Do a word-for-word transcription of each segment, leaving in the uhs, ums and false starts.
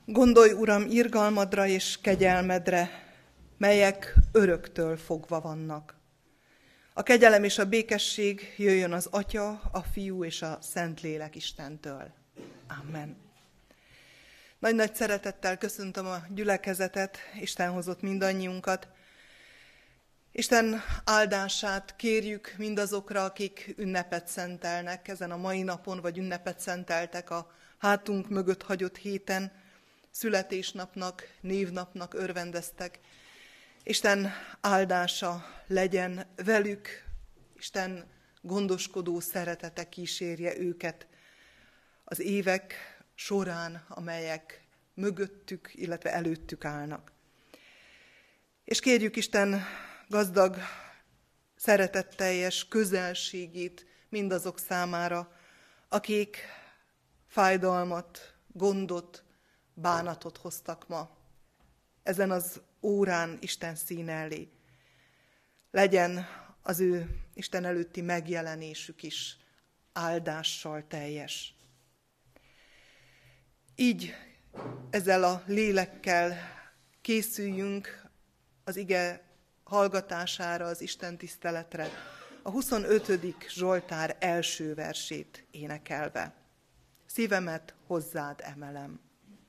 Gondolj, Uram, irgalmadra és kegyelmedre, melyek öröktől fogva vannak. A kegyelem és a békesség jöjjön az Atya, a Fiú és a Szentlélek Istentől. Amen. Nagy-nagy szeretettel köszöntöm a gyülekezetet, Isten hozott mindannyiunkat. Isten áldását kérjük mindazokra, akik ünnepet szentelnek ezen a mai napon, vagy ünnepet szenteltek a hátunk mögött hagyott héten, születésnapnak, névnapnak örvendeztek. Isten áldása legyen velük, Isten gondoskodó szeretete kísérje őket az évek során, amelyek mögöttük, illetve előttük állnak. És kérjük Isten gazdag, szeretetteljes közelségét mindazok számára, akik fájdalmat, gondot, bánatot hoztak ma ezen az órán Isten színe elé. Legyen az ő Isten előtti megjelenésük is áldással teljes. Így ezzel a lélekkel készüljünk az ige hallgatására, az Isten tiszteletre, a huszonötödik Zsoltár első versét énekelve. Szívemet hozzád emelem.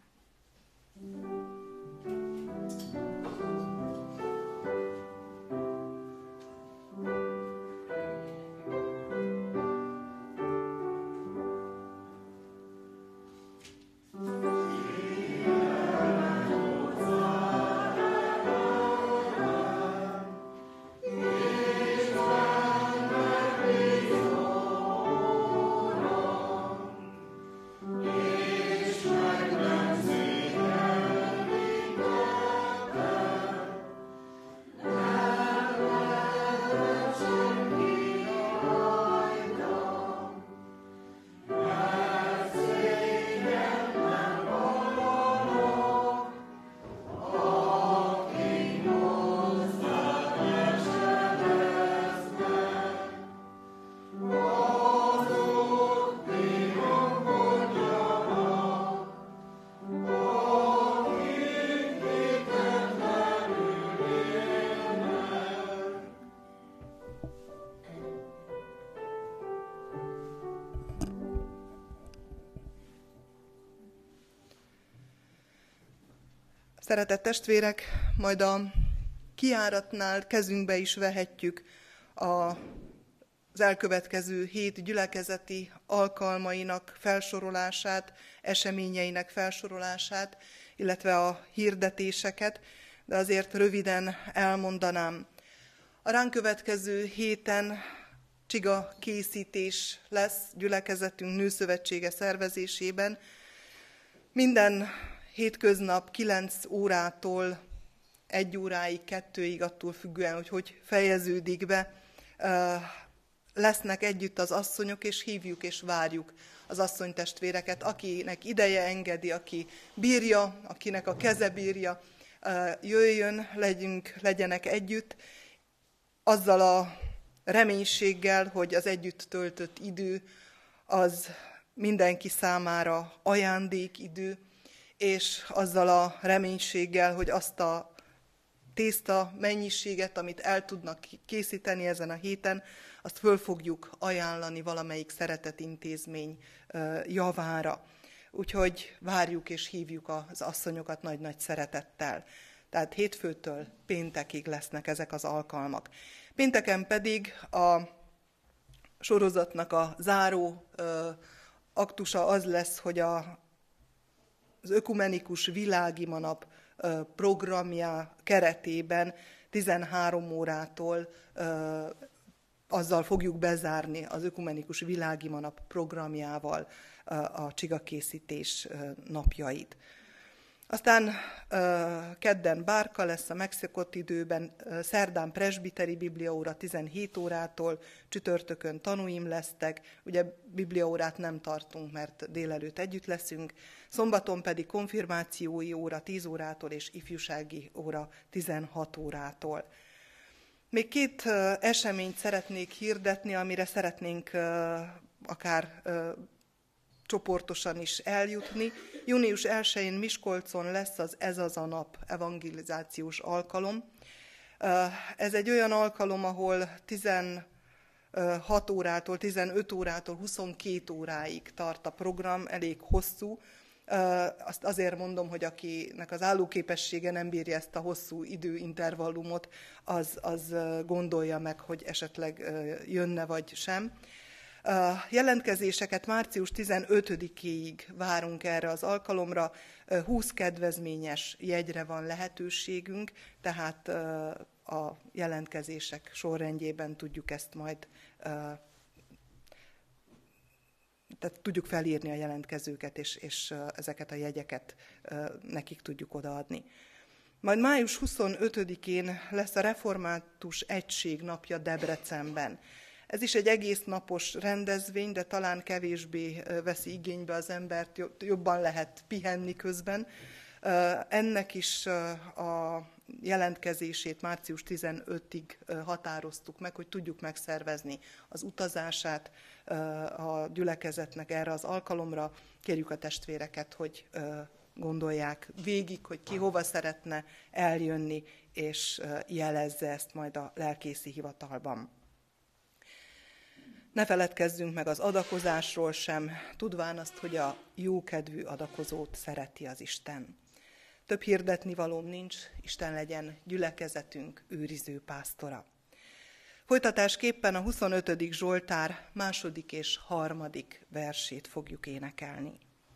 Szeretett testvérek, majd a kijáratnál kezünkbe is vehetjük az elkövetkező hét gyülekezeti alkalmainak felsorolását, eseményeinek felsorolását, illetve a hirdetéseket, de azért röviden elmondanám. A ránk következő héten csiga készítés lesz gyülekezetünk nőszövetsége szervezésében. Minden hétköznap kilenc órától egy óráig, kettőig, attól függően, hogy hogy fejeződik be, lesznek együtt az asszonyok, és hívjuk és várjuk az asszonytestvéreket, akinek ideje engedi, aki bírja, akinek a keze bírja, jöjjön, legyünk, legyenek együtt, azzal a reménységgel, hogy az együtt töltött idő az mindenki számára ajándékidő, és azzal a reménységgel, hogy azt a tészta mennyiséget, amit el tudnak készíteni ezen a héten, azt föl fogjuk ajánlani valamelyik szeretetintézmény javára. Úgyhogy várjuk és hívjuk az asszonyokat nagy-nagy szeretettel. Tehát hétfőtől péntekig lesznek ezek az alkalmak. Pénteken pedig a sorozatnak a záró aktusa az lesz, hogy a az ökumenikus világimanap programja keretében tizenhárom órától azzal fogjuk bezárni az ökumenikus világimanap programjával a csigakészítés napjait. Aztán kedden bárka lesz a megszokott időben, szerdán presbiteri bibliaóra tizenhét órától, csütörtökön tanúim lesztek, ugye bibliaórát nem tartunk, mert délelőtt együtt leszünk, szombaton pedig konfirmációi óra tíz órától és ifjúsági óra tizenhat órától. Még két eseményt szeretnék hirdetni, amire szeretnénk akár csoportosan is eljutni. június elsején Miskolcon lesz az Ez az a nap evangelizációs alkalom. Ez egy olyan alkalom, ahol tizenhat órától, tizenöt órától huszonkét óráig tart a program, elég hosszú. Azt azért mondom, hogy akinek az állóképessége nem bírja ezt a hosszú időintervallumot, az, az gondolja meg, hogy esetleg jönne vagy sem. Jelentkezéseket március tizenötödikéig várunk erre az alkalomra, húsz kedvezményes jegyre van lehetőségünk, tehát a jelentkezések sorrendjében tudjuk ezt majd, tehát tudjuk felírni a jelentkezőket, és, és ezeket a jegyeket nekik tudjuk odaadni. Majd május huszonötödikén lesz a Református Egység napja Debrecenben. Ez is egy egész napos rendezvény, de talán kevésbé veszi igénybe az embert, jobban lehet pihenni közben. Ennek is a jelentkezését március tizenötödikéig határoztuk meg, hogy tudjuk megszervezni az utazását a gyülekezetnek erre az alkalomra. Kérjük a testvéreket, hogy gondolják végig, hogy ki hova szeretne eljönni, és jelezze ezt majd a lelkészi hivatalban. Ne feledkezzünk meg az adakozásról sem, tudván azt, hogy a jókedvű adakozót szereti az Isten. Több hirdetnivalóm nincs, Isten legyen gyülekezetünk őriző pásztora. Folytatásképpen a huszonötödik Zsoltár második és harmadik versét fogjuk énekelni.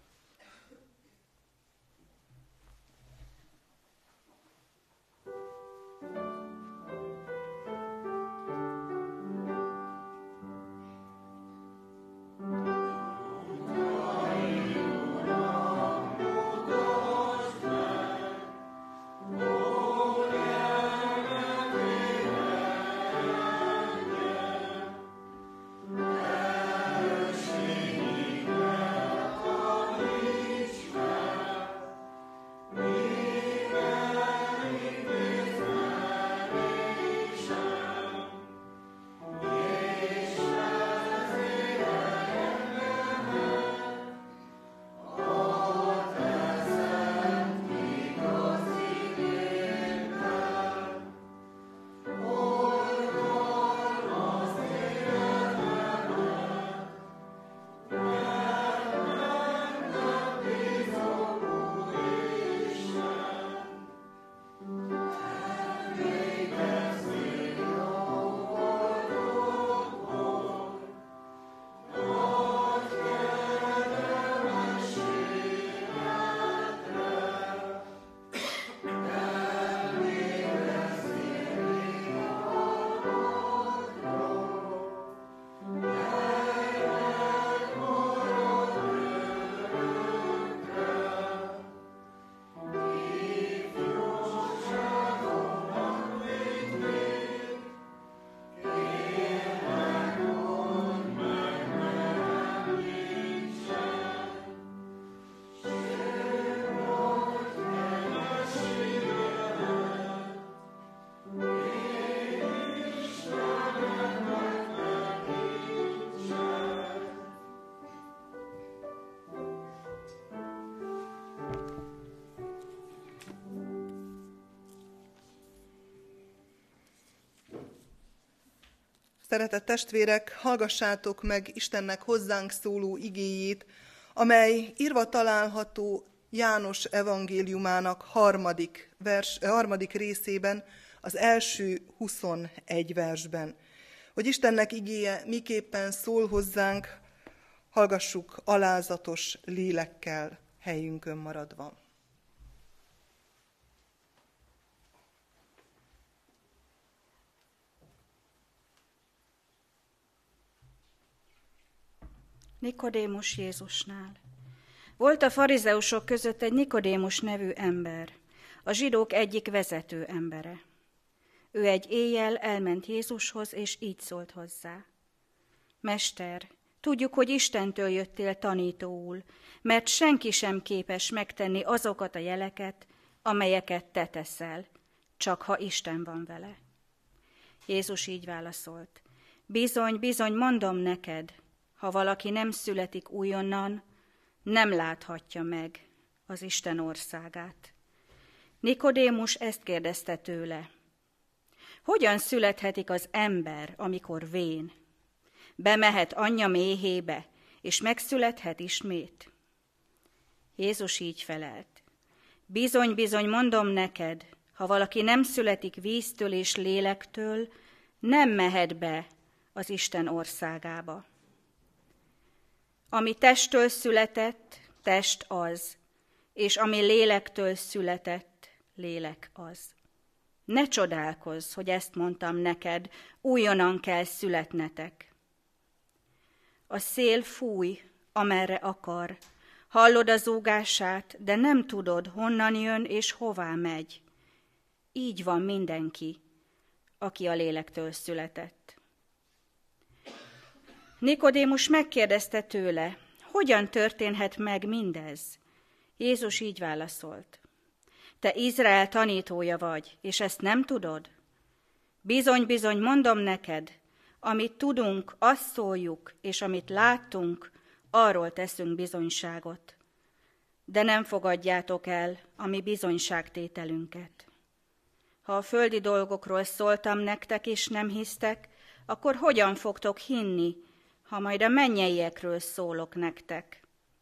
Szeretett testvérek, hallgassátok meg Istennek hozzánk szóló igéjét, amely írva található János evangéliumának harmadik, vers, harmadik részében, az első huszonegy versben. Hogy Istennek igéje miképpen szól hozzánk, hallgassuk alázatos lélekkel, helyünkön maradva. Nikodémus Jézusnál. Volt a farizeusok között egy Nikodémus nevű ember, a zsidók egyik vezető embere. Ő egy éjjel elment Jézushoz, és így szólt hozzá. Mester, tudjuk, hogy Istentől jöttél tanítóul, mert senki sem képes megtenni azokat a jeleket, amelyeket te teszel, csak ha Isten van vele. Jézus így válaszolt. Bizony, bizony, mondom neked, ha valaki nem születik újonnan, nem láthatja meg az Isten országát. Nikodémus ezt kérdezte tőle. Hogyan születhetik az ember, amikor vén? Bemehet anyja méhébe, és megszülethet ismét? Jézus így felelt. Bizony, bizony, mondom neked, ha valaki nem születik víztől és lélektől, nem mehet be az Isten országába. Ami testtől született, test az, és ami lélektől született, lélek az. Ne csodálkozz, hogy ezt mondtam neked, újonnan kell születnetek. A szél fúj, amerre akar, hallod a zúgását, de nem tudod, honnan jön és hová megy. Így van mindenki, aki a lélektől született. Nikodémus megkérdezte tőle, hogyan történhet meg mindez? Jézus így válaszolt. Te Izrael tanítója vagy, és ezt nem tudod? Bizony, bizony, mondom neked, amit tudunk, azt szóljuk, és amit láttunk, arról teszünk bizonyságot. De nem fogadjátok el a mi bizonyságtételünket. Ha a földi dolgokról szóltam nektek, és nem hisztek, akkor hogyan fogtok hinni, ha majd a mennyeiekről szólok nektek?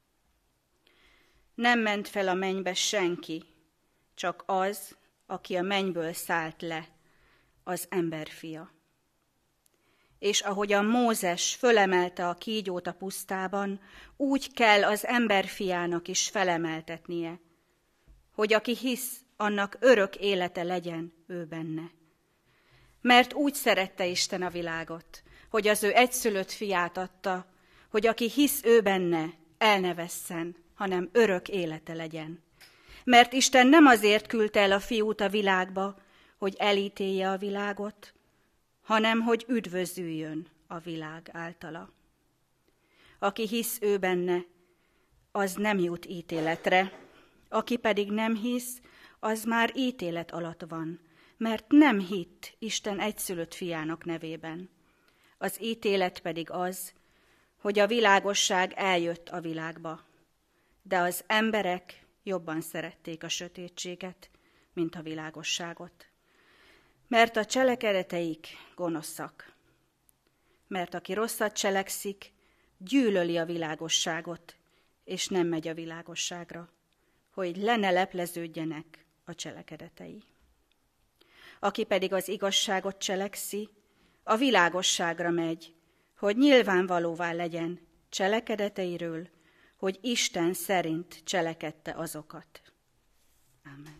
Nem ment fel a mennybe senki, csak az, aki a mennyből szállt le, az emberfia. És ahogyan Mózes fölemelte a kígyót a pusztában, úgy kell az emberfiának is felemeltetnie, hogy aki hisz, annak örök élete legyen ő benne. Mert úgy szerette Isten a világot, hogy az ő egyszülött fiát adta, hogy aki hisz ő benne, el ne vesszen, hanem örök élete legyen. Mert Isten nem azért küldte el a fiút a világba, hogy elítélje a világot, hanem hogy üdvözüljön a világ általa. Aki hisz ő benne, az nem jut ítéletre, aki pedig nem hisz, az már ítélet alatt van, mert nem hitt Isten egyszülött fiának nevében. Az ítélet pedig az, hogy a világosság eljött a világba, de az emberek jobban szerették a sötétséget, mint a világosságot. Mert a cselekedeteik gonoszak. Mert aki rosszat cselekszik, gyűlöli a világosságot, és nem megy a világosságra, hogy le ne lepleződjenek a cselekedetei. Aki pedig az igazságot cselekszi, a világosságra megy, hogy nyilvánvalóvá legyen cselekedeteiről, hogy Isten szerint cselekedte azokat. Amen.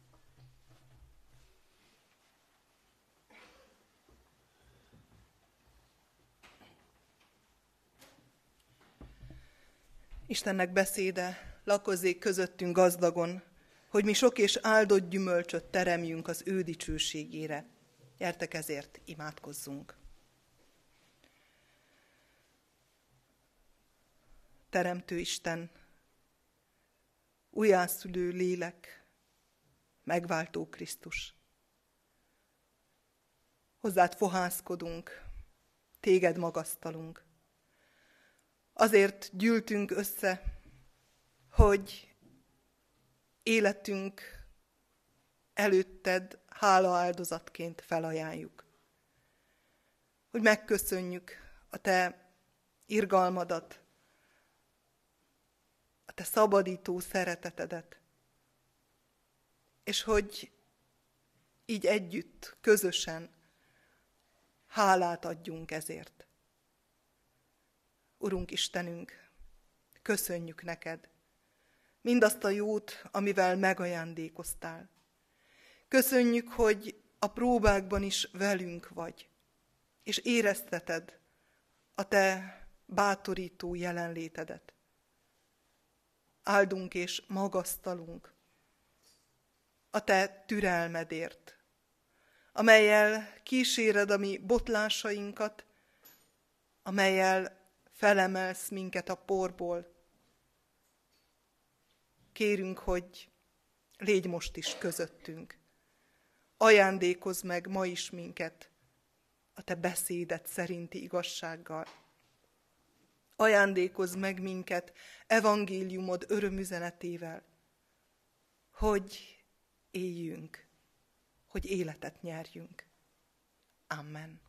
Istennek beszéde lakozzék közöttünk gazdagon, hogy mi sok és áldott gyümölcsöt teremjünk az ő dicsőségére. Gyertek ezért, imádkozzunk. Teremtő Isten, újjászülő lélek, megváltó Krisztus. Hozzád fohászkodunk, téged magasztalunk. Azért gyűltünk össze, hogy életünk előtted hálaáldozatként felajánljuk. Hogy megköszönjük a te irgalmadat, a te szabadító szeretetedet, és hogy így együtt, közösen hálát adjunk ezért. Urunk Istenünk, köszönjük neked mindazt a jót, amivel megajándékoztál. Köszönjük, hogy a próbákban is velünk vagy, és érezteted a te bátorító jelenlétedet. Áldunk és magasztalunk a te türelmedért, amellyel kíséred a mi botlásainkat, amellyel felemelsz minket a porból. Kérünk, hogy légy most is közöttünk. Ajándékozz meg ma is minket a te beszédet szerinti igazsággal. ajándékozz meg minket evangéliumod örömüzenetével, hogy éljünk, hogy életet nyerjünk. Amen.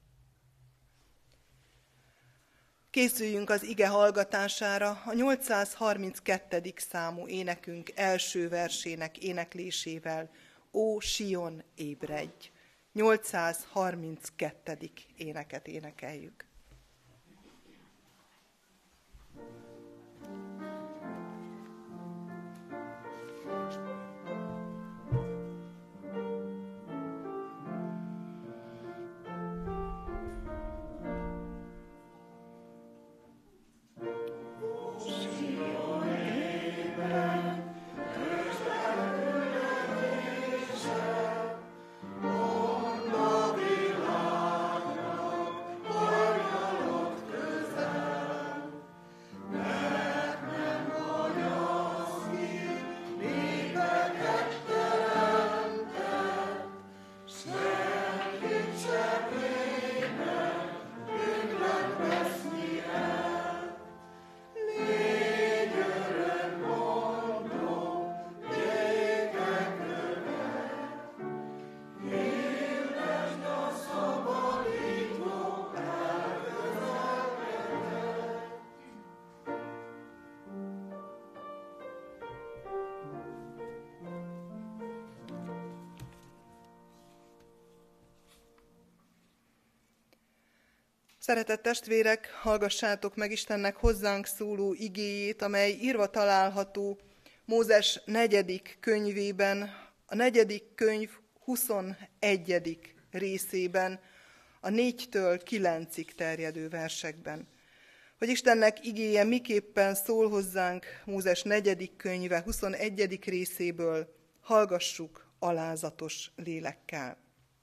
Készüljünk az ige hallgatására a nyolcszázharminckettő. számú énekünk első versének éneklésével. Ó, Sion, ébredj! nyolcszázharminckettő. éneket énekeljük. Szeretett testvérek, hallgassátok meg Istennek hozzánk szóló igéjét, amely írva található Mózes negyedik könyvében, a negyedik könyv huszonegyedik részében, a négytől kilencig terjedő versekben. Hogy Istennek igéje miképpen szól hozzánk Mózes negyedik könyve huszonegyedik részéből, hallgassuk alázatos lélekkel.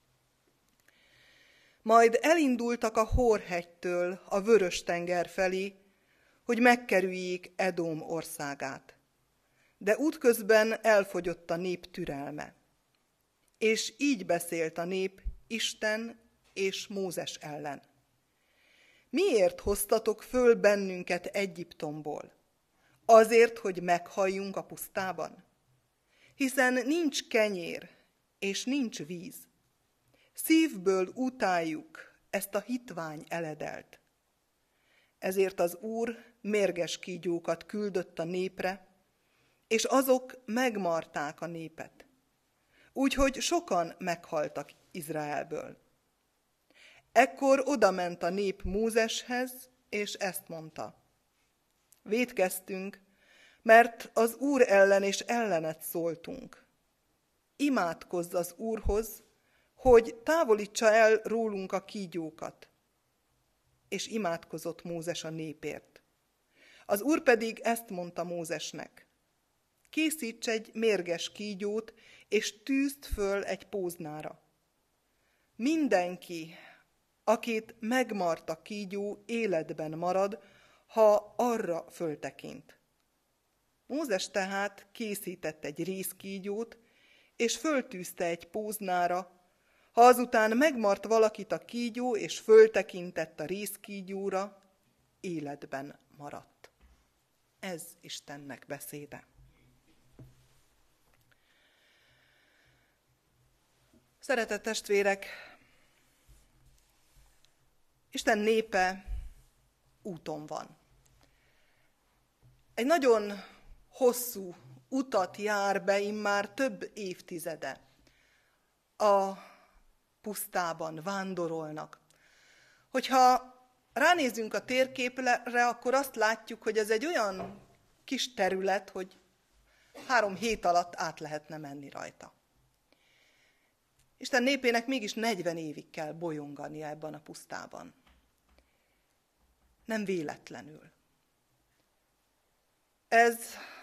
Majd elindultak a Hor-hegytől a Vörös-tenger felé, hogy megkerüljék Edom országát. De útközben elfogyott a nép türelme. És így beszélt a nép Isten és Mózes ellen. Miért hoztatok föl bennünket Egyiptomból? Azért, hogy meghalljunk a pusztában? Hiszen nincs kenyér, és nincs víz. Szívből utáljuk ezt a hitvány eledelt. Ezért az Úr mérges kígyókat küldött a népre, és azok megmarták a népet. Úgyhogy sokan meghaltak Izraelből. Ekkor odament a nép Mózeshez, és ezt mondta. Vétkeztünk, mert az Úr ellen és ellenet szóltunk. Imádkozz az Úrhoz, hogy távolítsa el rólunk a kígyókat. És imádkozott Mózes a népért. Az Úr pedig ezt mondta Mózesnek. Készíts egy mérges kígyót, és tűzd föl egy póznára. Mindenki, akit megmart a kígyó, életben marad, ha arra föltekint. Mózes tehát készített egy rézkígyót, és föltűzte egy póznára. Ha azután megmart valakit a kígyó, és föltekintett a rézkígyóra, életben maradt. Ez Istennek beszéde. Szeretett testvérek, Isten népe úton van. Egy nagyon hosszú utat jár be immár több évtizede. A pusztában vándorolnak. Hogyha ránézünk a térképre, akkor azt látjuk, hogy ez egy olyan kis terület, hogy három hét alatt át lehetne menni rajta. Isten népének mégis negyven évig kell bolyongania ebben a pusztában. Nem véletlenül. Ez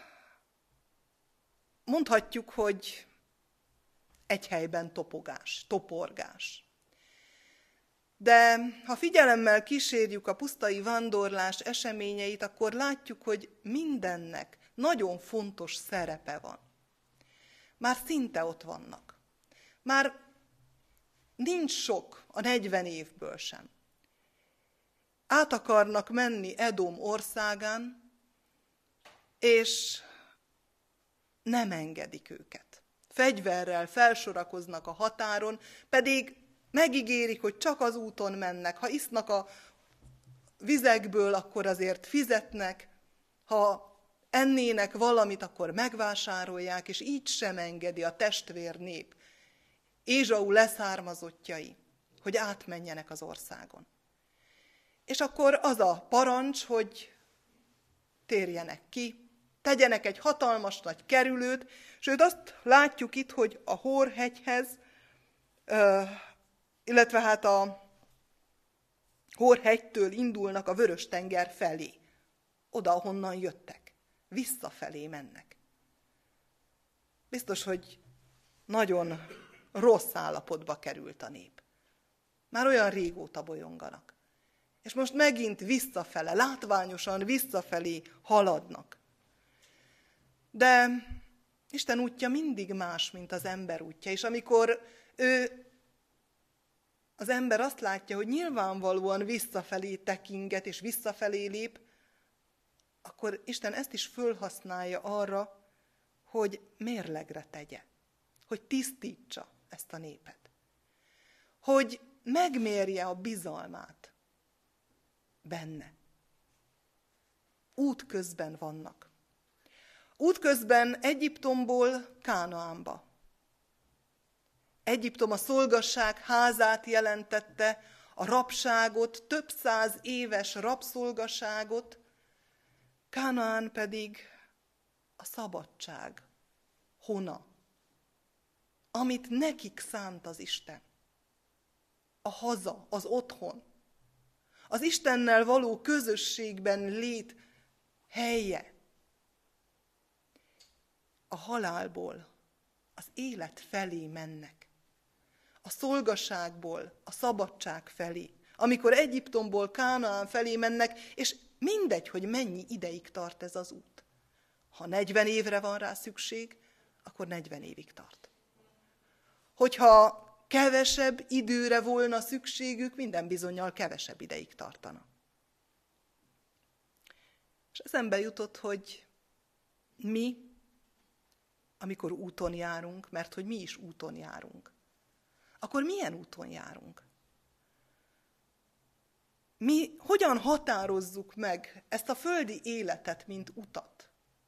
mondhatjuk, hogy egy helyben topogás, toporgás. De ha figyelemmel kísérjük a pusztai vándorlás eseményeit, akkor látjuk, hogy mindennek nagyon fontos szerepe van. Már szinte ott vannak. Már nincs sok a negyven évből sem. át akarnak menni Edom országán, és nem engedik őket. Fegyverrel felsorakoznak a határon, pedig megígérik, hogy csak az úton mennek. Ha isznak a vizekből, akkor azért fizetnek. Ha ennének valamit, akkor megvásárolják, és így sem engedi a testvérnép, Ézsau leszármazottjai, hogy átmenjenek az országon. És akkor az a parancs, hogy térjenek ki, tegyenek egy hatalmas nagy kerülőt, sőt azt látjuk itt, hogy a Hor-hegyhez, illetve hát a Hor-hegytől indulnak a Vörös-tenger felé, oda, ahonnan jöttek, visszafelé mennek. Biztos, hogy nagyon rossz állapotba került a nép. Már olyan régóta bolyonganak. És most megint visszafele, látványosan visszafelé haladnak. De Isten útja mindig más, mint az ember útja, és amikor ő, az ember azt látja, hogy nyilvánvalóan visszafelé tekinget és visszafelé lép, akkor Isten ezt is fölhasználja arra, hogy mérlegre tegye, hogy tisztítsa ezt a népet, hogy megmérje a bizalmát benne. Útközben vannak. Útközben Egyiptomból Kánaánba. Egyiptom a szolgasság házát jelentette, a rabságot, több száz éves rabszolgaságot, Kánaán pedig a szabadság hona, amit nekik szánt az Isten. A haza, az otthon, az Istennel való közösségben lét helye. A halálból az élet felé mennek. A szolgaságból a szabadság felé. Amikor Egyiptomból Kánaán felé mennek, és mindegy, hogy mennyi ideig tart ez az út. Ha negyven évre van rá szükség, akkor negyven évig tart. Hogyha kevesebb időre volna szükségük, minden bizonnyal kevesebb ideig tartana. És eszembe jutott, hogy mi, amikor úton járunk, mert hogy mi is úton járunk, akkor milyen úton járunk? Mi hogyan határozzuk meg ezt a földi életet, mint utat?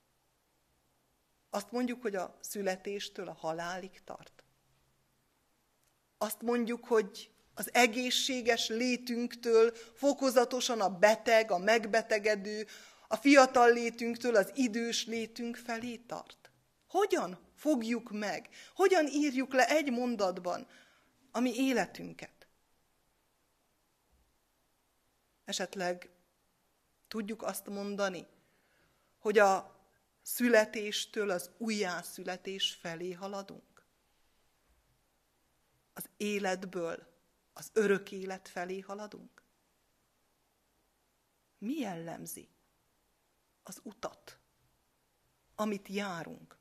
Azt mondjuk, hogy a születéstől a halálig tart. Azt mondjuk, hogy az egészséges létünktől fokozatosan a beteg, a megbetegedő, a fiatal létünktől az idős létünk felé tart. Hogyan fogjuk meg, hogyan írjuk le egy mondatban a mi életünket? Esetleg tudjuk azt mondani, hogy a születéstől az újjászületés felé haladunk? Az életből az örök élet felé haladunk? Mi jellemzi az utat, amit járunk?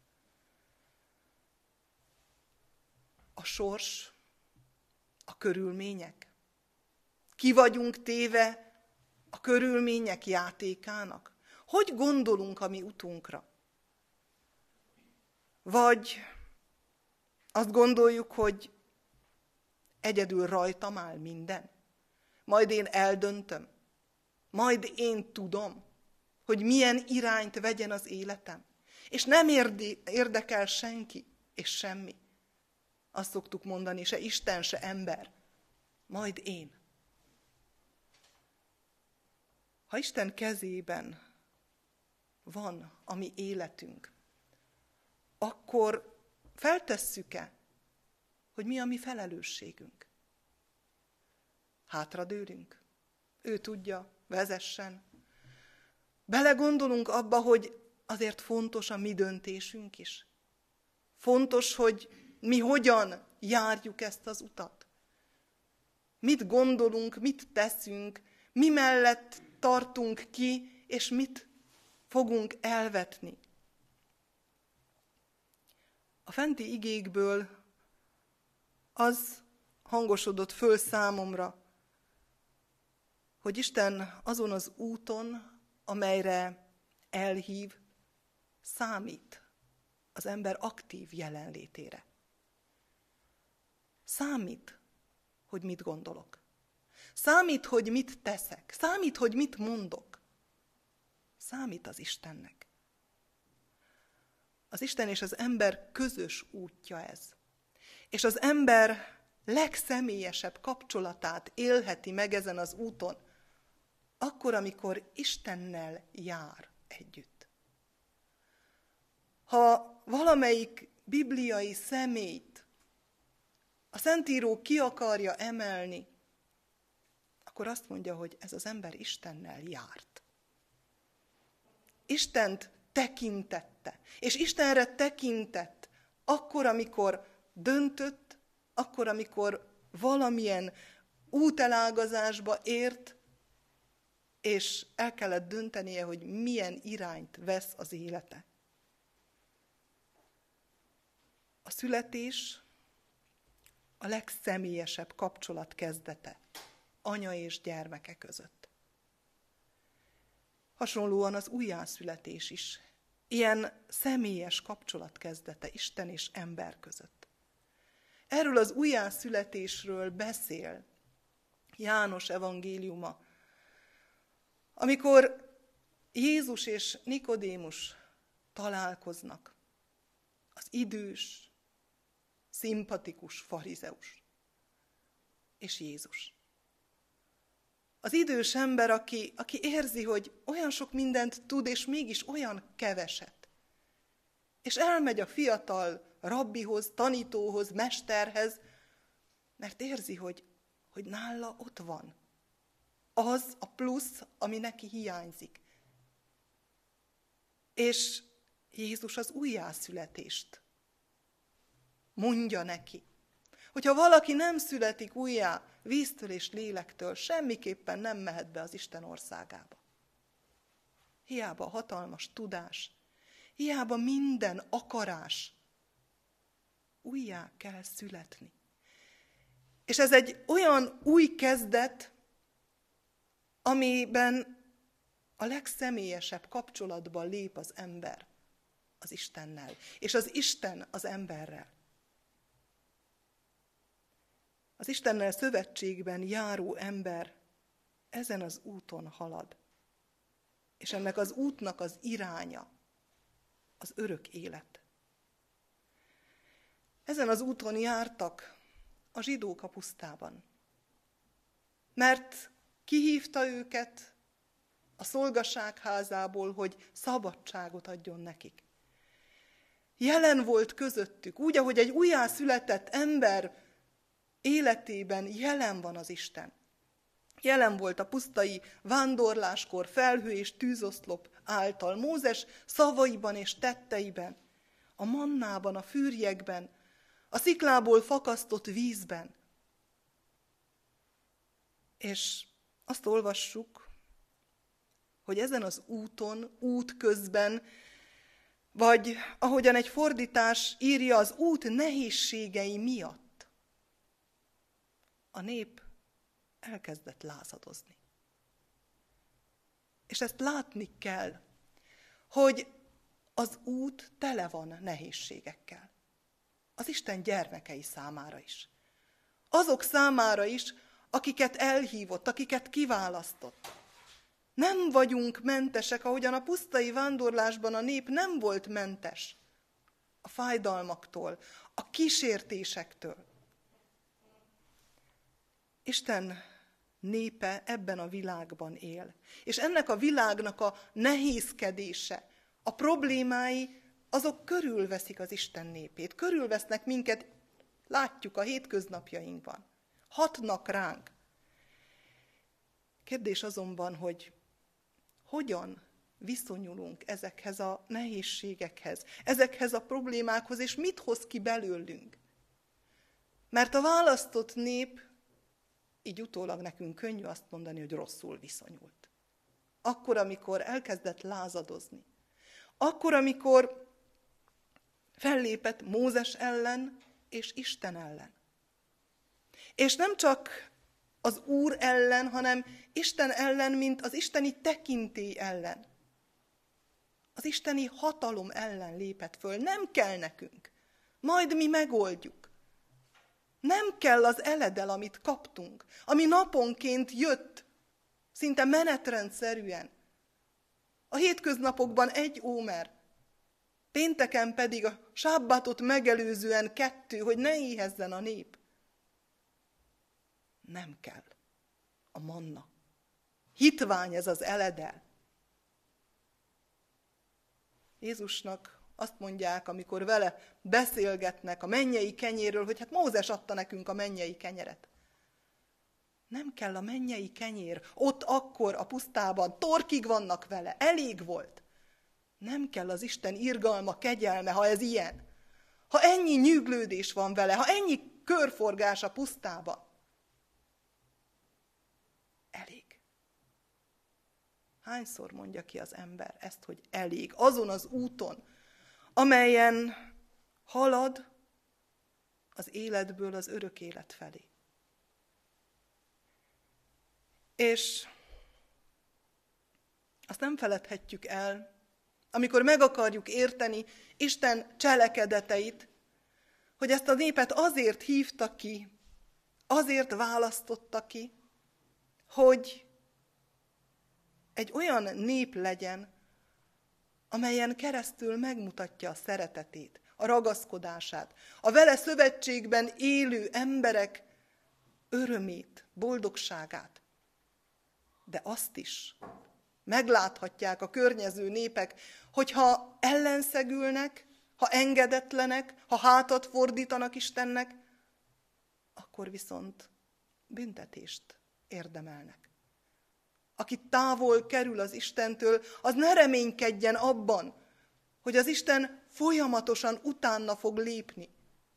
A sors, a körülmények? Ki vagyunk téve a körülmények játékának? Hogy gondolunk a mi utunkra? Vagy azt gondoljuk, hogy egyedül rajtam áll minden? Majd én eldöntöm, majd én tudom, hogy milyen irányt vegyen az életem. És nem érdekel senki és semmi. Azt szoktuk mondani, se Isten, se ember. Majd én. Ha Isten kezében van a mi életünk, akkor feltesszük-e, hogy mi a mi felelősségünk? Hátradőlünk? Ő tudja, vezessen. Belegondolunk abba, hogy azért fontos a mi döntésünk is. Fontos, hogy mi hogyan járjuk ezt az utat. Mit gondolunk, mit teszünk, mi mellett tartunk ki, és mit fogunk elvetni. A fenti igékből az hangosodott föl számomra, hogy Isten azon az úton, amelyre elhív, számít az ember aktív jelenlétére. Számít, hogy mit gondolok. Számít, hogy mit teszek. Számít, hogy mit mondok. Számít az Istennek. Az Isten és az ember közös útja ez. És az ember legszemélyesebb kapcsolatát élheti meg ezen az úton, akkor, amikor Istennel jár együtt. Ha valamelyik bibliai személyt a Szentíró ki akarja emelni, akkor azt mondja, hogy ez az ember Istennel járt. Istent tekintette, és Istenre tekintett akkor, amikor döntött, akkor, amikor valamilyen útelágazásba ért, és el kellett döntenie, hogy milyen irányt vesz az élete. A születés a legszemélyesebb kapcsolat kezdete anya és gyermeke között. Hasonlóan az újjászületés is ilyen személyes kapcsolat kezdete Isten és ember között. Erről az újjászületésről beszél János evangéliuma, amikor Jézus és Nikodémus találkoznak, az idős, szimpatikus farizeus és Jézus. Az idős ember, aki, aki érzi, hogy olyan sok mindent tud, és mégis olyan keveset. És elmegy a fiatal rabbihoz, tanítóhoz, mesterhez, mert érzi, hogy, hogy nála ott van. Az a plusz, ami neki hiányzik. És Jézus az újjászületést mondja neki. Hogyha valaki nem születik újjá víztől és lélektől, semmiképpen nem mehet be az Isten országába. Hiába a hatalmas tudás, hiába minden akarás, újjá kell születni. És ez egy olyan új kezdet, amiben a legszemélyesebb kapcsolatban lép az ember az Istennel, és az Isten az emberrel. Az Istennel szövetségben járó ember ezen az úton halad. És ennek az útnak az iránya az örök élet. Ezen az úton jártak a zsidók a pusztában. Mert kihívta őket a szolgaság házából, hogy szabadságot adjon nekik. Jelen volt közöttük, úgy, ahogy egy újjászületett ember életében jelen van az Isten. Jelen volt a pusztai vándorláskor felhő és tűzoszlop által, Mózes szavaiban és tetteiben, a mannában, a fűrjekben, a sziklából fakasztott vízben. És azt olvassuk, hogy ezen az úton, út közben, vagy ahogyan egy fordítás írja, az út nehézségei miatt a nép elkezdett lázadozni. És ezt látni kell, hogy az út tele van nehézségekkel. Az Isten gyermekei számára is. Azok számára is, akiket elhívott, akiket kiválasztott. Nem vagyunk mentesek, ahogyan a pusztai vándorlásban a nép nem volt mentes a fájdalmaktól, a kísértésektől. Isten népe ebben a világban él. És ennek a világnak a nehézkedése, a problémái, azok körülveszik az Isten népét. Körülvesznek minket, látjuk a hétköznapjainkban. Hatnak ránk. Kérdés azonban, hogy hogyan viszonyulunk ezekhez a nehézségekhez, ezekhez a problémákhoz, és mit hoz ki belőlünk. Mert a választott nép, így utólag nekünk könnyű azt mondani, hogy rosszul viszonyult. Akkor, amikor elkezdett lázadozni. Akkor, amikor fellépett Mózes ellen és Isten ellen. És nem csak az Úr ellen, hanem Isten ellen, mint az isteni tekintély ellen. Az isteni hatalom ellen lépett föl. Nem kell nekünk. Majd mi megoldjuk. Nem kell az eledel, amit kaptunk, ami naponként jött, szinte menetrendszerűen. A hétköznapokban egy ómer, pénteken pedig a sábbatot megelőzően kettő, hogy ne éhezzen a nép. Nem kell a manna. Hitvány ez az eledel. Jézusnak azt mondják, amikor vele beszélgetnek a mennyei kenyérről, hogy hát Mózes adta nekünk a mennyei kenyeret. Nem kell a mennyei kenyér, ott akkor a pusztában, torkig vannak vele, elég volt. Nem kell az Isten irgalma, kegyelme, ha ez ilyen. Ha ennyi nyűglődés van vele, ha ennyi körforgás a pusztában. Elég. Hányszor mondja ki az ember ezt, hogy elég, azon az úton, amelyen halad az életből az örök élet felé. És azt nem feledhetjük el, amikor meg akarjuk érteni Isten cselekedeteit, hogy ezt a népet azért hívta ki, azért választotta ki, hogy egy olyan nép legyen, amelyen keresztül megmutatja a szeretetét, a ragaszkodását, a vele szövetségben élő emberek örömét, boldogságát. De azt is megláthatják a környező népek, hogyha ellenszegülnek, ha engedetlenek, ha hátat fordítanak Istennek, akkor viszont büntetést érdemelnek. Aki távol kerül az Istentől, az ne reménykedjen abban, hogy az Isten folyamatosan utána fog lépni.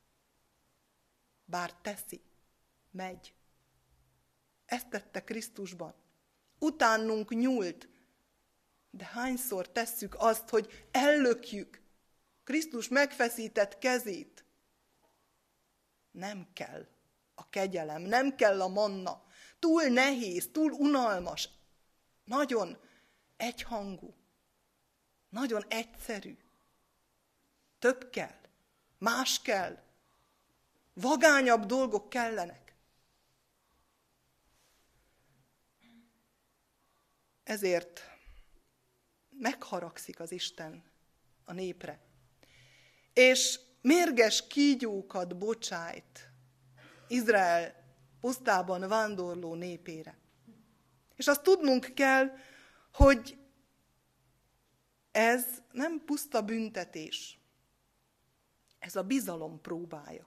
Bár teszi, megy. Ezt tette Krisztusban. Utánunk nyúlt, de hányszor tesszük azt, hogy ellökjük Krisztus megfeszített kezét? Nem kell a kegyelem, nem kell a manna. Túl nehéz, túl unalmas, nagyon egyhangú, nagyon egyszerű. Több kell, más kell, vagányabb dolgok kellenek. Ezért megharagszik az Isten a népre, és mérges kígyókat bocsájt Izrael pusztában vándorló népére. És azt tudnunk kell, hogy ez nem puszta büntetés, ez a bizalom próbája.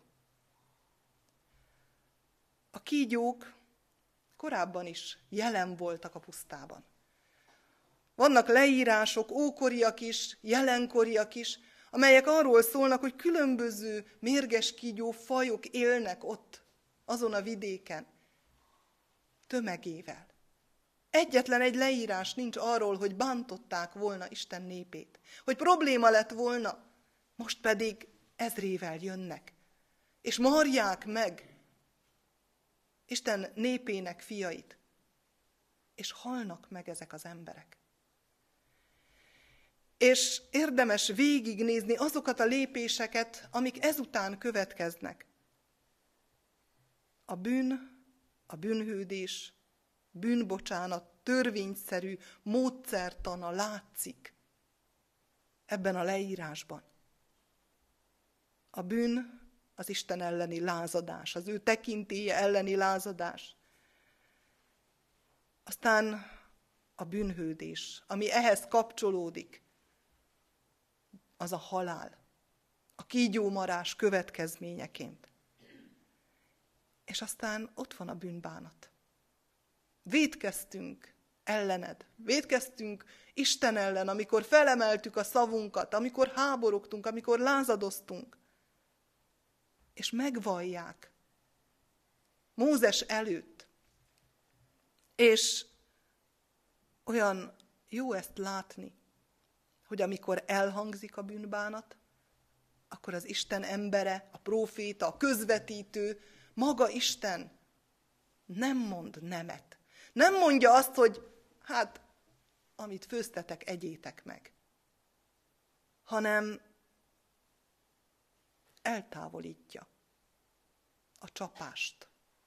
A kígyók korábban is jelen voltak a pusztában. Vannak leírások, ókoriak is, jelenkoriak is, amelyek arról szólnak, hogy különböző mérges kígyó fajok élnek ott, azon a vidéken, tömegével. Egyetlen egy leírás nincs arról, hogy bántották volna Isten népét, hogy probléma lett volna, most pedig ezrével jönnek, és marják meg Isten népének fiait, és halnak meg ezek az emberek. És érdemes végignézni azokat a lépéseket, amik ezután következnek. A bűn, a bűnhődés, bűnbocsánat, törvényszerű módszertana látszik ebben a leírásban. A bűn az Isten elleni lázadás, az ő tekintélye elleni lázadás. Aztán a bűnhődés, ami ehhez kapcsolódik, az a halál, a kígyómarás következményeként. És aztán ott van a bűnbánat. Vétkeztünk ellened, vétkeztünk Isten ellen, amikor felemeltük a szavunkat, amikor háborogtunk, amikor lázadoztunk. És megvallják Mózes előtt. És olyan jó ezt látni, hogy amikor elhangzik a bűnbánat, akkor az Isten embere, a próféta, a közvetítő, maga Isten Nem mond nemet. Nem mondja azt, hogy hát, amit főztetek, egyétek meg. Hanem eltávolítja a csapást.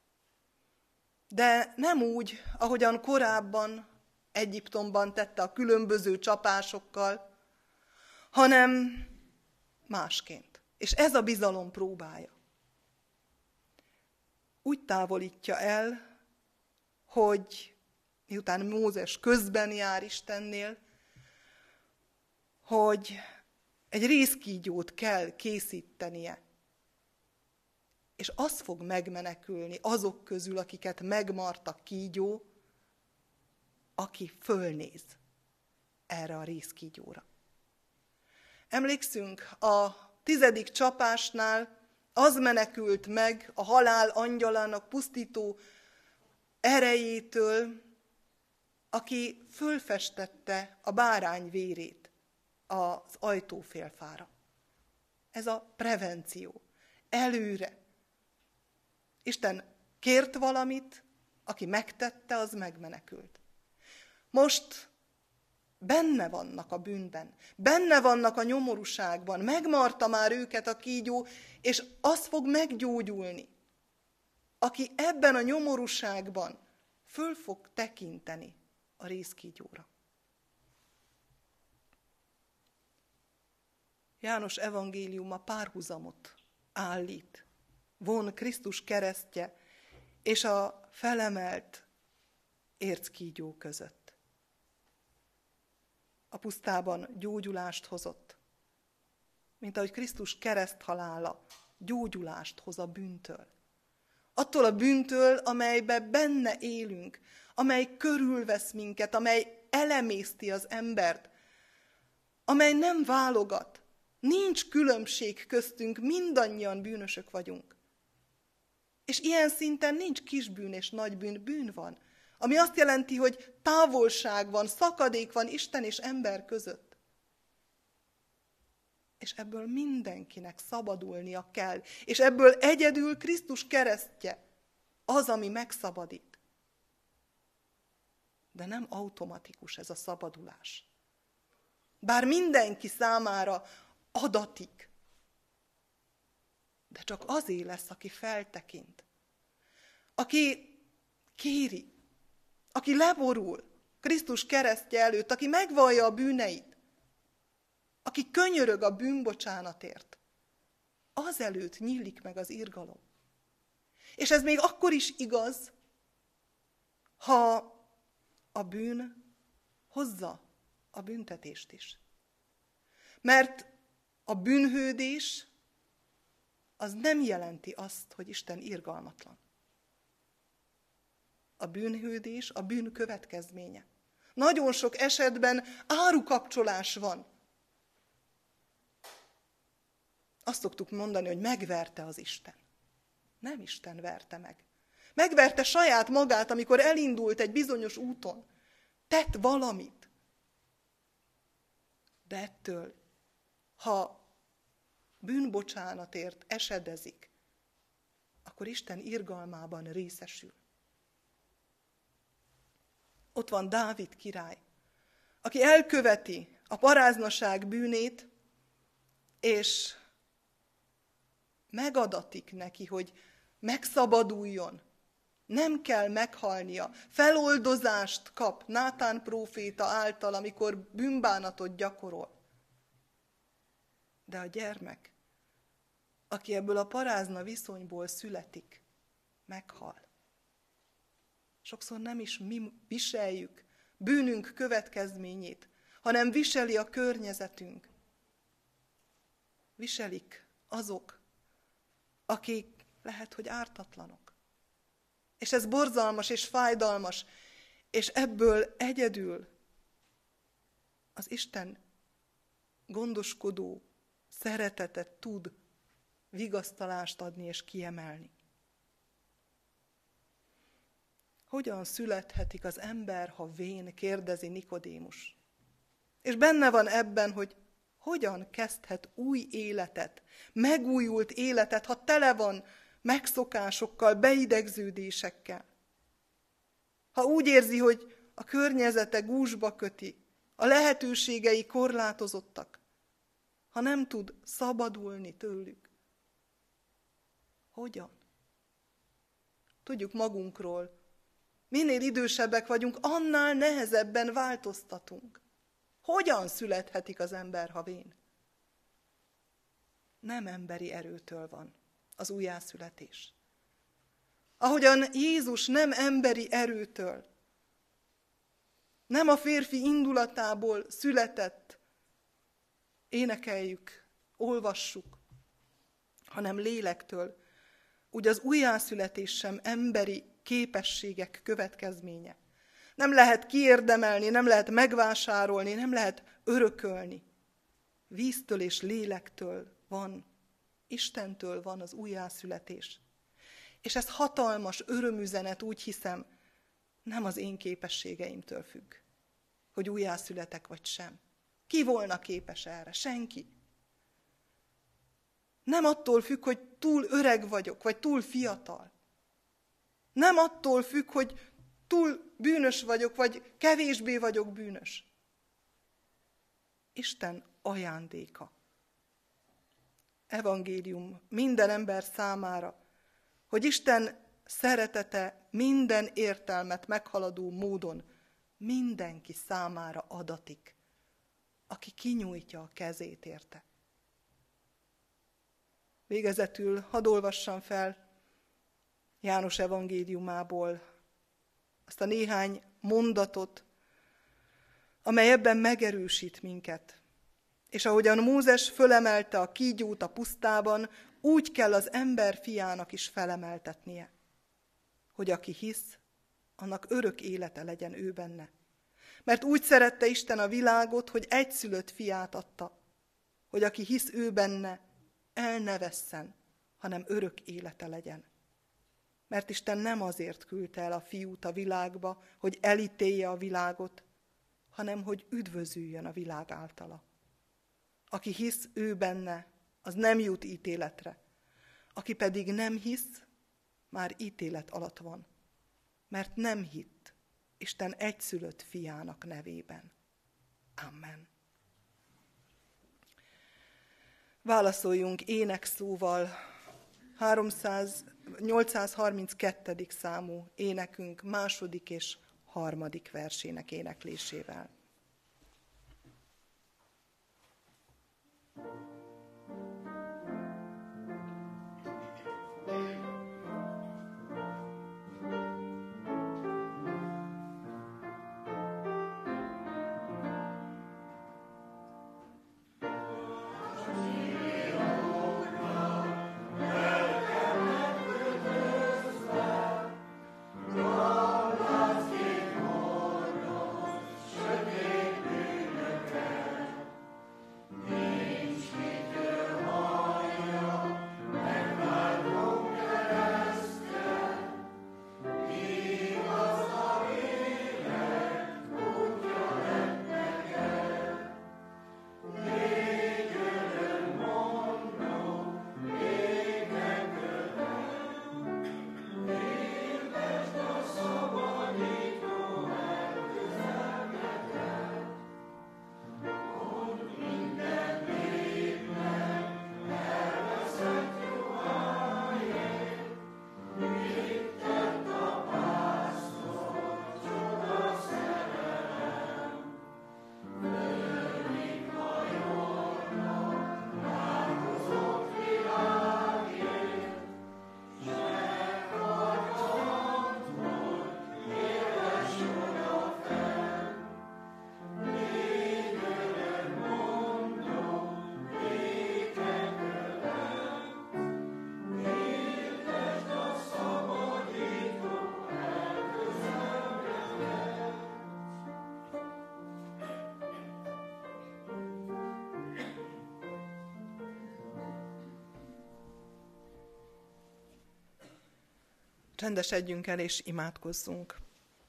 De nem úgy, ahogyan korábban Egyiptomban tette a különböző csapásokkal, hanem másként. És ez a bizalom próbája. Úgy távolítja el, hogy miután Mózes közben jár Istennél, hogy egy rézkígyót kell készítenie. És az fog megmenekülni azok közül, akiket megmart a kígyó, aki fölnéz erre a rézkígyóra. Emlékszünk, a tizedik csapásnál az menekült meg a halál angyalának pusztító erejétől, aki fölfestette a bárány vérét az ajtófélfára. Ez a prevenció. Előre. Isten kért valamit, aki megtette, az megmenekült. Most benne vannak a bűnben, benne vannak a nyomorúságban, megmarta már őket a kígyó, és az fog meggyógyulni, aki ebben a nyomorúságban föl fog tekinteni a rézkígyóra. János evangéliuma párhuzamot állít, von Krisztus keresztje és a felemelt érckígyó között. A pusztában gyógyulást hozott, mint ahogy Krisztus kereszthalála gyógyulást hoz a bűntől. Attól a bűntől, amelybe benne élünk, amely körülvesz minket, amely elemészti az embert, amely nem válogat, nincs különbség köztünk, mindannyian bűnösök vagyunk. És ilyen szinten nincs kisbűn és nagybűn, bűn van. Ami azt jelenti, hogy távolság van, szakadék van Isten és ember között. És ebből mindenkinek szabadulnia kell. És ebből egyedül Krisztus keresztje az, ami megszabadít. De nem automatikus ez a szabadulás. Bár mindenki számára adatik. De csak azé lesz, aki feltekint. Aki kéri. Aki leborul Krisztus keresztje előtt, aki megvallja a bűneit, aki könyörög a bűnbocsánatért, azelőtt nyílik meg az irgalom. És ez még akkor is igaz, ha a bűn hozza a büntetést is. Mert a bűnhődés az nem jelenti azt, hogy Isten irgalmatlan. A bűnhődés a bűn következménye. Nagyon sok esetben árukapcsolás van. Azt szoktuk mondani, hogy megverte az Isten. Nem Isten verte meg. Megverte saját magát, amikor elindult egy bizonyos úton. Tett valamit. De ettől, ha bűnbocsánatért esedezik, akkor Isten irgalmában részesül. Ott van Dávid király, aki elköveti a paráznaság bűnét, és megadatik neki, hogy megszabaduljon. Nem kell meghalnia. Feloldozást kap Nátán próféta által, amikor bűnbánatot gyakorol. De a gyermek, aki ebből a parázna viszonyból születik, meghal. Sokszor nem is mi viseljük bűnünk következményét, hanem viseli a környezetünk. Viselik azok, akik lehet, hogy ártatlanok. És ez borzalmas és fájdalmas, és ebből egyedül az Isten gondoskodó szeretetet tud vigasztalást adni és kiemelni. Hogyan születhetik az ember, ha vén, kérdezi Nikodémus. És benne van ebben, hogy hogyan kezdhet új életet, megújult életet, ha tele van megszokásokkal, beidegződésekkel. ha úgy érzi, hogy a környezete gúzsba köti, a lehetőségei korlátozottak, ha nem tud szabadulni tőlük. Hogyan? Tudjuk magunkról, minél idősebbek vagyunk, annál nehezebben változtatunk. Hogyan születhetik az ember, ha vén? Nem emberi erőtől van az újjászületés. Ahogyan Jézus nem emberi erőtől, nem a férfi indulatából született, énekeljük, olvassuk, hanem lélektől, úgy az újjászületés sem emberi képességek következménye. Nem lehet kiérdemelni, nem lehet megvásárolni, nem lehet örökölni. Víztől és lélektől van, Istentől van az újjászületés. És ez hatalmas örömüzenet, úgy hiszem, nem az én képességeimtől függ, hogy újjászületek vagy sem. Ki volna képes erre? Senki. Nem attól függ, hogy túl öreg vagyok, vagy túl fiatal. Nem attól függ, hogy túl bűnös vagyok, vagy kevésbé vagyok bűnös. Isten ajándéka. Evangélium minden ember számára, hogy Isten szeretete minden értelmet meghaladó módon mindenki számára adatik, aki kinyújtja a kezét érte. Végezetül hadd olvassam fel János evangéliumából azt a néhány mondatot, amely ebben megerősít minket. És ahogyan Mózes fölemelte a kígyót a pusztában, úgy kell az ember fiának is felemeltetnie, hogy aki hisz, annak örök élete legyen ő benne. Mert úgy szerette Isten a világot, hogy egyszülött fiát adta, hogy aki hisz ő benne, el ne vesszen, hanem örök élete legyen. Mert Isten nem azért küldte el a fiút a világba, hogy elítélje a világot, hanem hogy üdvözüljön a világ általa. Aki hisz ő benne, az nem jut ítéletre. Aki pedig nem hisz, már ítélet alatt van, mert nem hitt Isten egyszülött fiának nevében. Amen. Válaszoljunk énekszóval nyolcszázharminckettő számú énekünk második és harmadik versének éneklésével. Csendesedjünk el és imádkozzunk.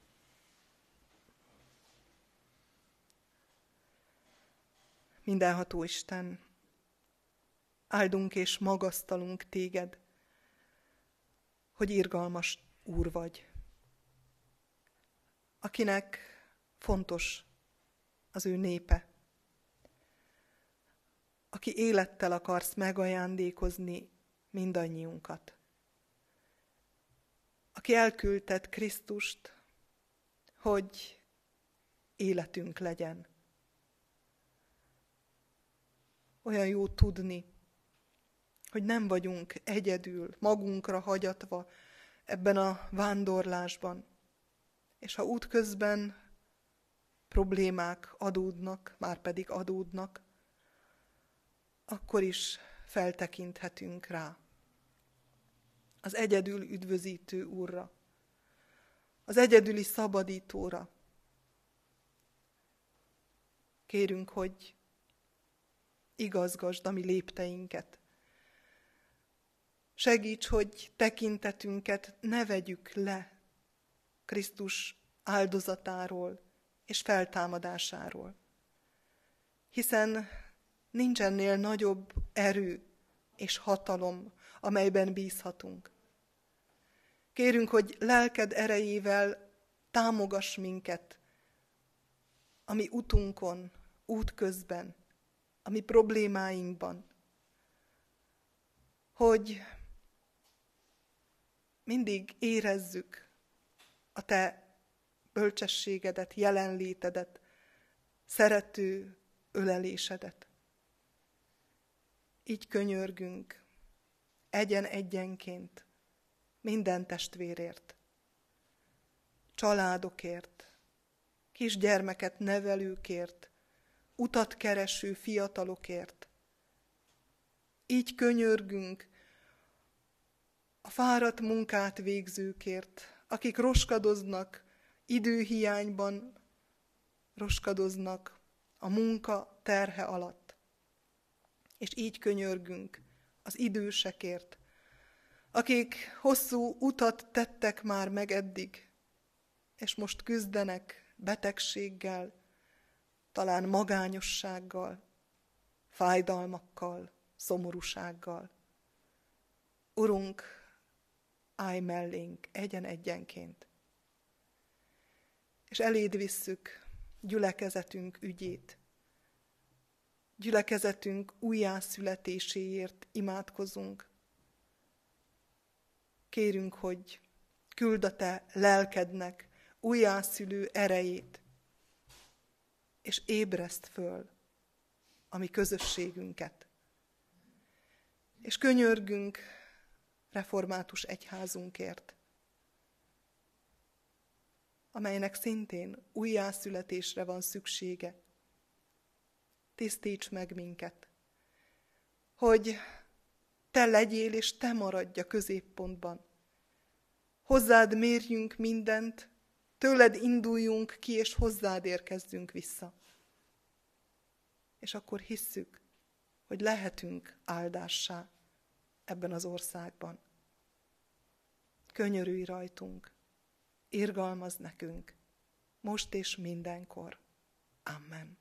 Mindenható Isten, áldunk és magasztalunk téged, hogy irgalmas Úr vagy. akinek fontos az ő népe, aki élettel akarsz megajándékozni mindannyiunkat, aki elküldted Krisztust, hogy életünk legyen. Olyan jó tudni, hogy nem vagyunk egyedül, magunkra hagyatva ebben a vándorlásban. És ha útközben problémák adódnak, már pedig adódnak, akkor is feltekinthetünk rá. Az egyedül üdvözítő Úrra, az egyedüli szabadítóra. Kérünk, hogy igazgasd a mi lépteinket. Segíts, hogy tekintetünket ne vegyük le Krisztus áldozatáról és feltámadásáról. Hiszen nincs ennél nagyobb erő és hatalom, amelyben bízhatunk. Kérünk, hogy lelked erejével támogass minket a mi utunkon, útközben, a mi problémáinkban, hogy mindig érezzük a te bölcsességedet, jelenlétedet, szerető ölelésedet. Így könyörgünk egyen-egyenként minden testvérért, családokért, kisgyermeket nevelőkért, utat kereső fiatalokért. Így könyörgünk a fáradt munkát végzőkért, akik roskadoznak, időhiányban roskadoznak a munka terhe alatt. És így könyörgünk az idősekért, akik hosszú utat tettek már meg eddig, és most küzdenek betegséggel, talán magányossággal, fájdalmakkal, szomorúsággal. Urunk, állj mellénk egyen-egyenként, és eléd visszük gyülekezetünk ügyét. Gyülekezetünk újjászületéséért imádkozunk. Kérünk, hogy küld a te lelkednek újjászülő erejét, és ébreszt föl a mi közösségünket. És könyörgünk református egyházunkért, amelynek szintén újjászületésre van szüksége. Tisztíts meg minket, hogy te legyél és te maradj a középpontban. Hozzád mérjünk mindent, tőled induljunk ki, és hozzád érkezzünk vissza. És akkor hisszük, hogy lehetünk áldássá ebben az országban. Könyörülj rajtunk, irgalmazz nekünk, most és mindenkor. Amen.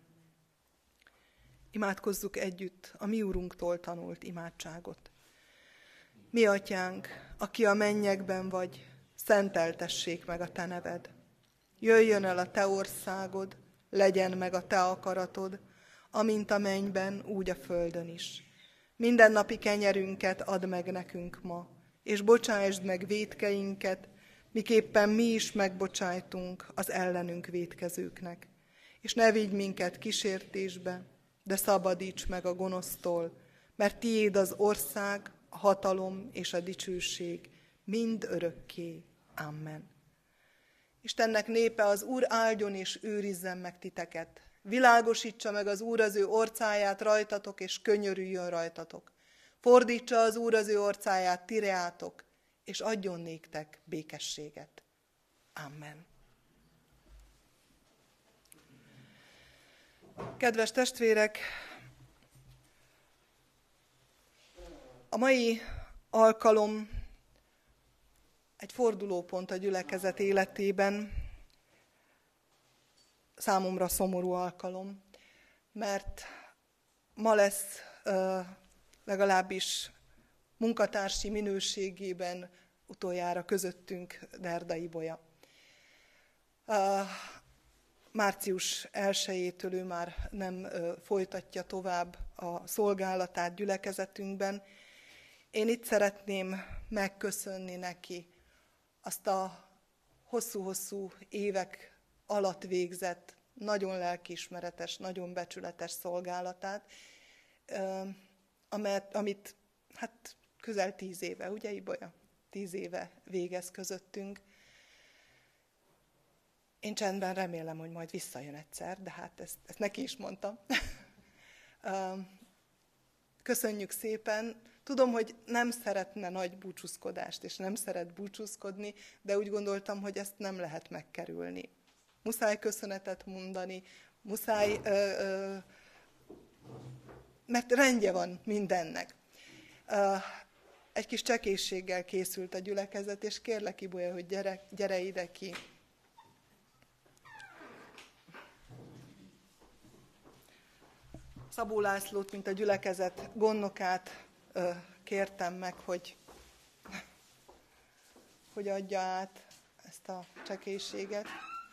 Imádkozzuk együtt a mi Urunktól tanult imádságot. Mi atyánk, aki a mennyekben vagy, szenteltessék meg a te neved. Jöjjön el a te országod, legyen meg a te akaratod, amint a mennyben, úgy a földön is. Mindennapi kenyerünket add meg nekünk ma, és bocsásd meg vétkeinket, miképpen mi is megbocsájtunk az ellenünk vétkezőknek. És ne vigy minket kísértésbe, de szabadíts meg a gonosztól, mert tiéd az ország, a hatalom és a dicsőség mind örökké. Amen. Istennek népe, az Úr áldjon és őrizzen meg titeket. Világosítsa meg az Úr az ő orcáját rajtatok, és könyörüljön rajtatok. Fordítsa az Úr az ő orcáját tireátok, és adjon néktek békességet. Amen. Kedves testvérek, a mai alkalom egy fordulópont a gyülekezet életében, számomra szomorú alkalom, mert ma lesz uh, legalábbis munkatársi minőségében utoljára közöttünk Derda Ibolya. Március elsejétől ő már nem folytatja tovább a szolgálatát gyülekezetünkben. Én itt szeretném megköszönni neki azt a hosszú-hosszú évek alatt végzett, nagyon lelkiismeretes, nagyon becsületes szolgálatát, amit hát közel tíz éve, ugye Ibolya? Tíz éve végez közöttünk. Én csendben remélem, hogy majd visszajön egyszer, de hát ezt, ezt neki is mondtam. Köszönjük szépen. Tudom, hogy nem szeretne nagy búcsúzkodást, és nem szeret búcsúzkodni, de úgy gondoltam, hogy ezt nem lehet megkerülni. Muszáj köszönetet mondani, muszáj, ö, ö, mert rendje van mindennek. Ö, egy kis csekészséggel készült a gyülekezet, és kérlek, Ibolya, hogy gyere, gyere ide ki. Szabó Lászlót, mint a gyülekezet gondnokát ö, kértem meg, hogy, hogy adja át ezt a csekészséget.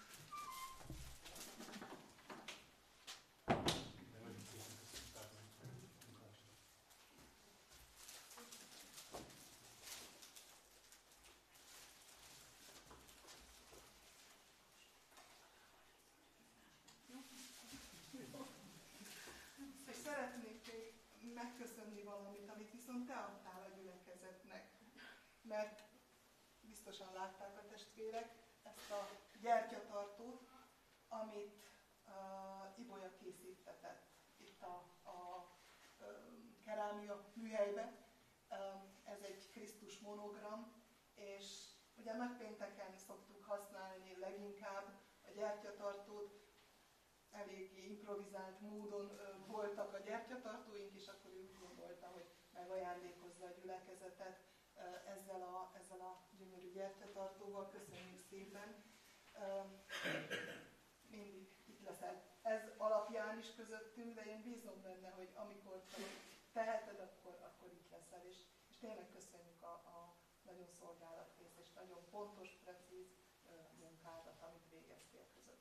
Megköszönni valamit, amit viszont te adtál a gyülekezetnek. Mert biztosan látták a testvérek ezt a gyertyatartót, amit uh, Ibolya készítetett itt a, a uh, kerámia műhelyben. Uh, ez egy Krisztus monogram, és ugye nagypénteken szoktuk használni leginkább a gyertyatartót, eléggé improvizált módon ö, voltak a gyertyatartóink, és akkor ő úgy gondolta, hogy megajándékozza a gyülekezetet ö, ezzel, a, ezzel a gyönyörű gyertyatartóval. Köszönjük szépen! Ö, mindig itt leszel. Ez alapján is közöttünk, de én bízom benne, hogy amikor teheted, akkor, akkor itt leszel. És, és tényleg köszönjük a, a nagyon szolgálatrész és nagyon pontos, precíz ö, munkádat, amit végeztél közöttünk.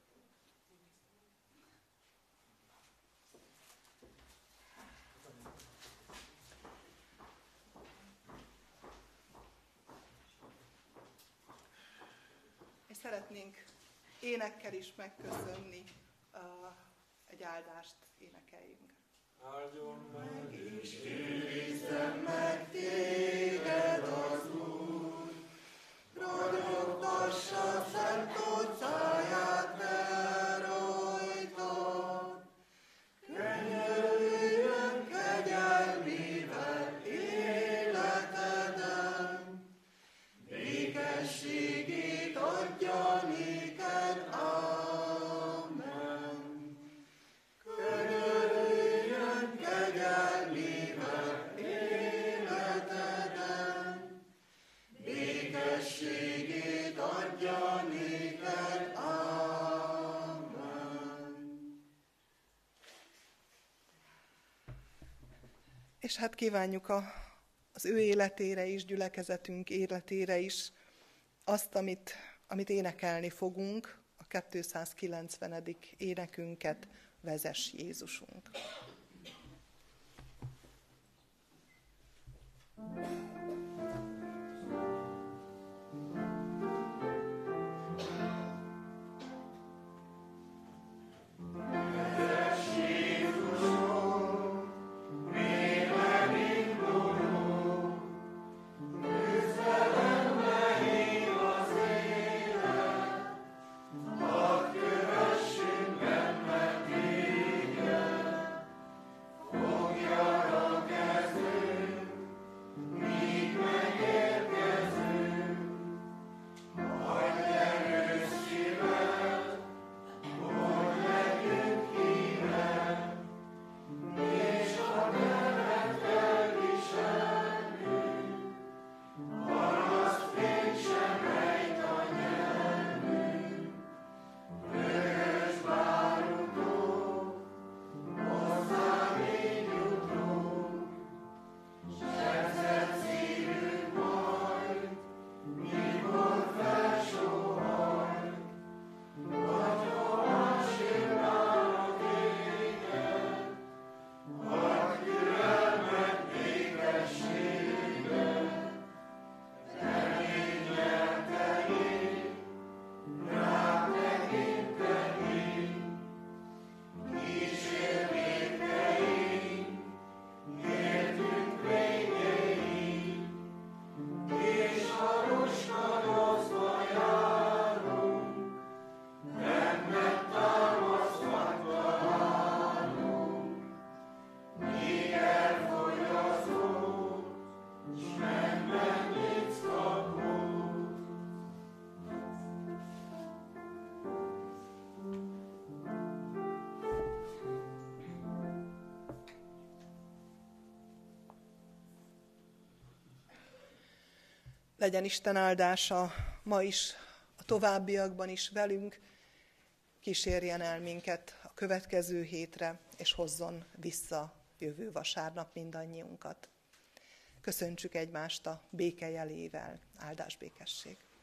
És szeretnénk énekkel is megköszönni, uh, egy áldást énekeljünk. Áldjon meg és őrizzen meg téged az Úr, ragyogtassa szent orcáját te rajtad, könyörüljön kegyelmével életeden, békességét adja néked, amen. Könyörüljön kegyelmével életeden, békességét adja néked, amen. És hát kívánjuk a, az ő életére is, gyülekezetünk életére is azt, amit, amit énekelni fogunk, a kétszázkilencvenedik énekünket, Vezess Jézusunk. legyen Isten áldása ma is, a továbbiakban is velünk, kísérjen el minket a következő hétre, és hozzon vissza jövő vasárnap mindannyiunkat. Köszöntsük egymást a béke jelével. Áldás békesség!